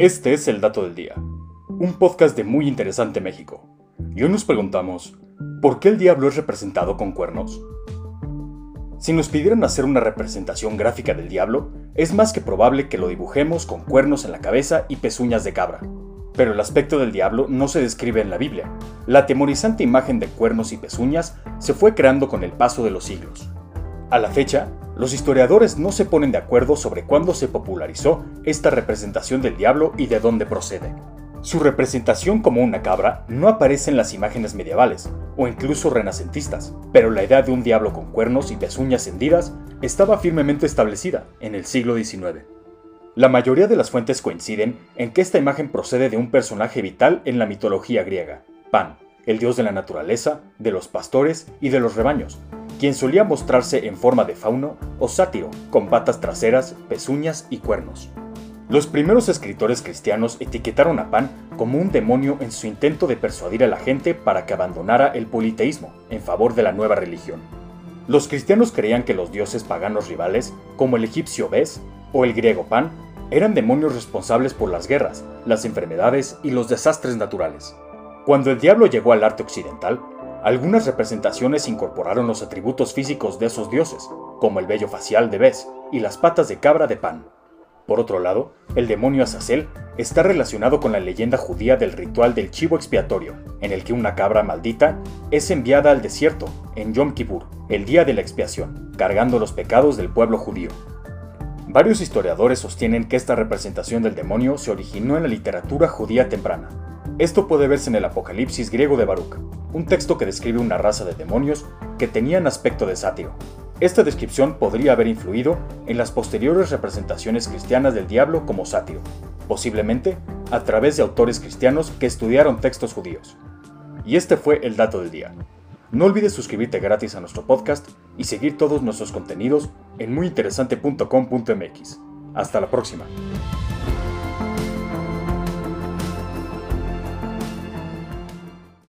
Este es El Dato del Día, un podcast de Muy Interesante México. Y hoy nos preguntamos, ¿por qué el diablo es representado con cuernos? Si nos pidieran hacer una representación gráfica del diablo, es más que probable que lo dibujemos con cuernos en la cabeza y pezuñas de cabra. Pero el aspecto del diablo no se describe en la Biblia. La atemorizante imagen de cuernos y pezuñas se fue creando con el paso de los siglos. A la fecha, los historiadores no se ponen de acuerdo sobre cuándo se popularizó esta representación del diablo y de dónde procede. Su representación como una cabra no aparece en las imágenes medievales, o incluso renacentistas, pero la idea de un diablo con cuernos y pezuñas hendidas estaba firmemente establecida en el siglo XIX. La mayoría de las fuentes coinciden en que esta imagen procede de un personaje vital en la mitología griega, Pan, el dios de la naturaleza, de los pastores y de los rebaños, quien solía mostrarse en forma de fauno o sátiro, con patas traseras, pezuñas y cuernos. Los primeros escritores cristianos etiquetaron a Pan como un demonio en su intento de persuadir a la gente para que abandonara el politeísmo en favor de la nueva religión. Los cristianos creían que los dioses paganos rivales, como el egipcio Bes o el griego Pan, eran demonios responsables por las guerras, las enfermedades y los desastres naturales. Cuando el diablo llegó al arte occidental, algunas representaciones incorporaron los atributos físicos de esos dioses, como el vello facial de Bes y las patas de cabra de Pan. Por otro lado, el demonio Azazel está relacionado con la leyenda judía del ritual del chivo expiatorio, en el que una cabra maldita es enviada al desierto en Yom Kippur, el día de la expiación, cargando los pecados del pueblo judío. Varios historiadores sostienen que esta representación del demonio se originó en la literatura judía temprana. Esto puede verse en el Apocalipsis griego de Baruch, un texto que describe una raza de demonios que tenían aspecto de sátiro. Esta descripción podría haber influido en las posteriores representaciones cristianas del diablo como sátiro, posiblemente a través de autores cristianos que estudiaron textos judíos. Y este fue el dato del día. No olvides suscribirte gratis a nuestro podcast y seguir todos nuestros contenidos en muyinteresante.com.mx. Hasta la próxima.